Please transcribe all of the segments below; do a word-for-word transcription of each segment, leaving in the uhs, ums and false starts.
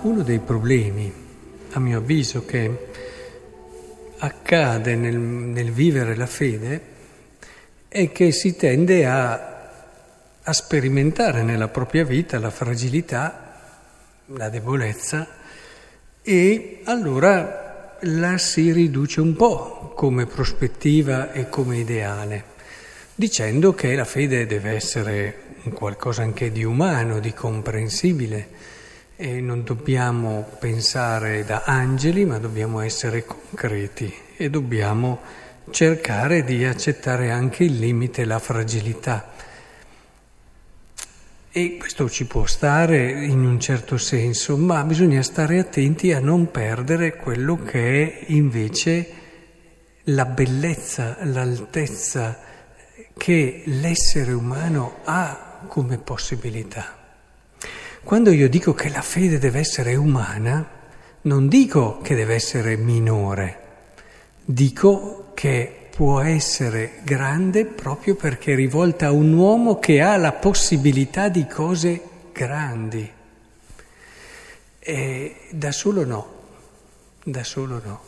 uno dei problemi, a mio avviso, che accade nel, nel vivere la fede è che si tende a, a sperimentare nella propria vita la fragilità, la debolezza, e allora la si riduce un po' come prospettiva e come ideale, dicendo che la fede deve essere un qualcosa anche di umano, di comprensibile, e non dobbiamo pensare da angeli, ma dobbiamo essere concreti e dobbiamo cercare di accettare anche il limite, la fragilità. E questo ci può stare in un certo senso, ma bisogna stare attenti a non perdere quello che è invece la bellezza, l'altezza che l'essere umano ha come possibilità. Quando io dico che la fede deve essere umana, non dico che deve essere minore, dico che può essere grande proprio perché è rivolta a un uomo che ha la possibilità di cose grandi. E da solo no, da solo no.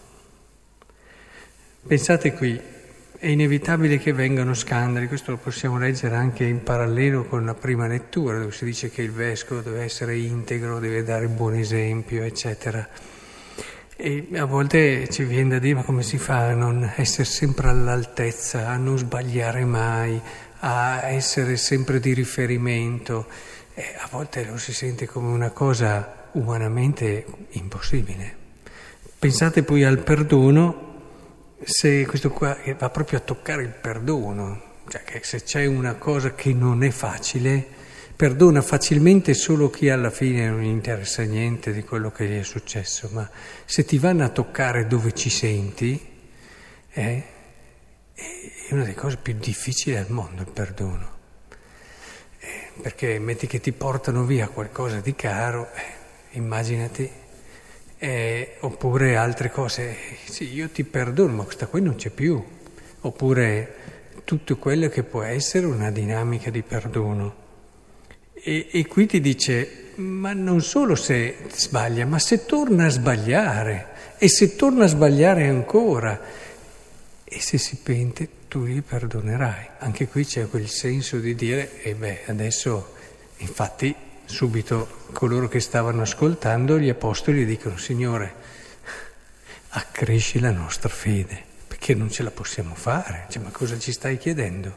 Pensate qui. È inevitabile che vengano scandali, questo lo possiamo leggere anche in parallelo con la prima lettura, dove si dice che il vescovo deve essere integro, deve dare buon esempio, eccetera. E a volte ci viene da dire, ma come si fa a non essere sempre all'altezza, a non sbagliare mai, a essere sempre di riferimento? E a volte lo si sente come una cosa umanamente impossibile. Pensate poi al perdono. Se questo qua che va proprio a toccare il perdono, cioè che se c'è una cosa che non è facile, perdona facilmente solo chi alla fine non gli interessa niente di quello che gli è successo, ma se ti vanno a toccare dove ci senti, eh, è una delle cose più difficili al mondo il perdono, eh, perché metti che ti portano via qualcosa di caro, eh, immaginati. Eh, oppure altre cose, sì, io ti perdono, ma questa qui non c'è più. Oppure tutto quello che può essere una dinamica di perdono. E, e qui ti dice, ma non solo se sbaglia, ma se torna a sbagliare, e se torna a sbagliare ancora, e se si pente tu gli perdonerai. Anche qui c'è quel senso di dire, e eh beh, adesso, infatti, subito coloro che stavano ascoltando, gli apostoli dicono, Signore, accresci la nostra fede, perché non ce la possiamo fare, cioè, ma cosa ci stai chiedendo?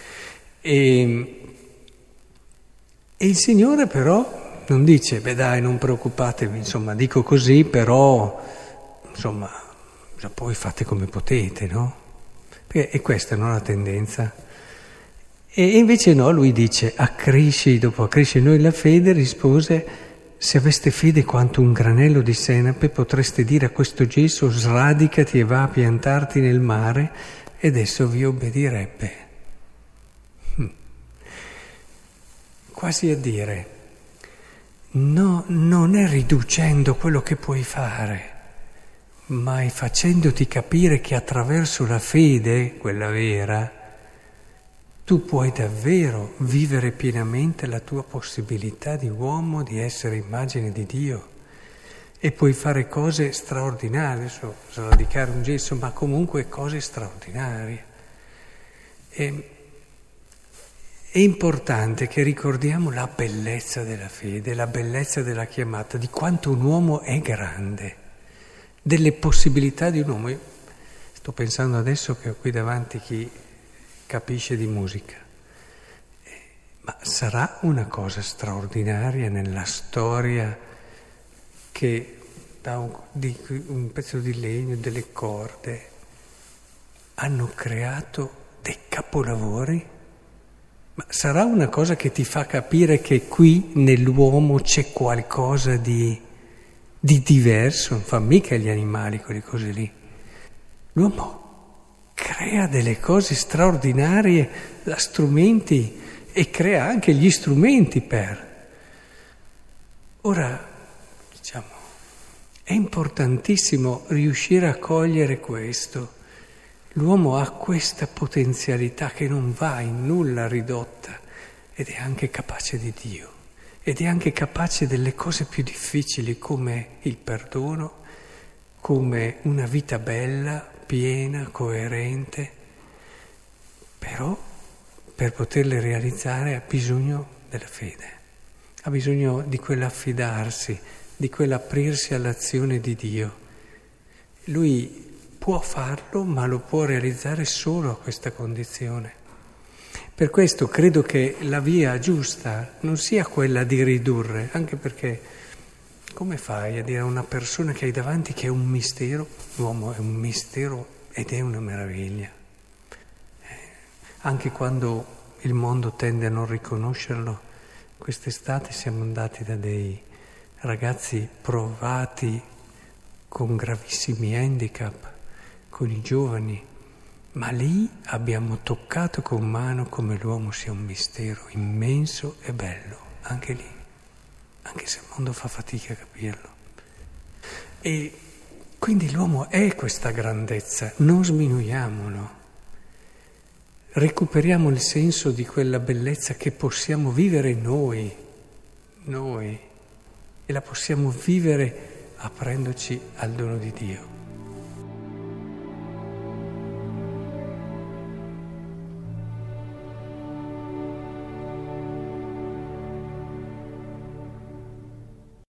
E, e il Signore però non dice, beh dai, non preoccupatevi, insomma, dico così, però, insomma, poi fate come potete, no? Perché è questa, no, la tendenza. E invece no, lui dice, accresci, dopo accresci noi la fede, rispose, se aveste fede quanto un granello di senape, potreste dire a questo gesso, sradicati e va a piantarti nel mare, ed esso vi obbedirebbe. Hm. Quasi a dire, no, non è riducendo quello che puoi fare, ma è facendoti capire che attraverso la fede, quella vera, tu puoi davvero vivere pienamente la tua possibilità di uomo, di essere immagine di Dio, e puoi fare cose straordinarie, adesso sradicare un gesso, ma comunque cose straordinarie. E, è importante che ricordiamo la bellezza della fede, la bellezza della chiamata, di quanto un uomo è grande, delle possibilità di un uomo. Io sto pensando adesso che ho qui davanti chi capisce di musica, ma sarà una cosa straordinaria nella storia che da un, di, un pezzo di legno, delle corde, hanno creato dei capolavori? Ma sarà una cosa che ti fa capire che qui nell'uomo c'è qualcosa di, di diverso, non fa mica gli animali quelle cose lì. L'uomo crea delle cose straordinarie da strumenti e crea anche gli strumenti per. Ora, diciamo, è importantissimo riuscire a cogliere questo. L'uomo ha questa potenzialità che non va in nulla ridotta ed è anche capace di Dio. ed è anche capace delle cose più difficili come il perdono, come una vita bella, piena, coerente, però per poterle realizzare ha bisogno della fede, ha bisogno di quell'affidarsi, di quell'aprirsi all'azione di Dio. Lui può farlo, ma lo può realizzare solo a questa condizione. Per questo credo che la via giusta non sia quella di ridurre, anche perché come fai a dire a una persona che hai davanti che è un mistero? L'uomo è un mistero ed è una meraviglia. Eh, anche quando il mondo tende a non riconoscerlo, quest'estate siamo andati da dei ragazzi provati con gravissimi handicap, con i giovani, ma lì abbiamo toccato con mano come l'uomo sia un mistero immenso e bello, anche lì, anche se il mondo fa fatica a capirlo. E quindi l'uomo è questa grandezza, non sminuiamolo, recuperiamo il senso di quella bellezza che possiamo vivere noi, noi, e la possiamo vivere aprendoci al dono di Dio.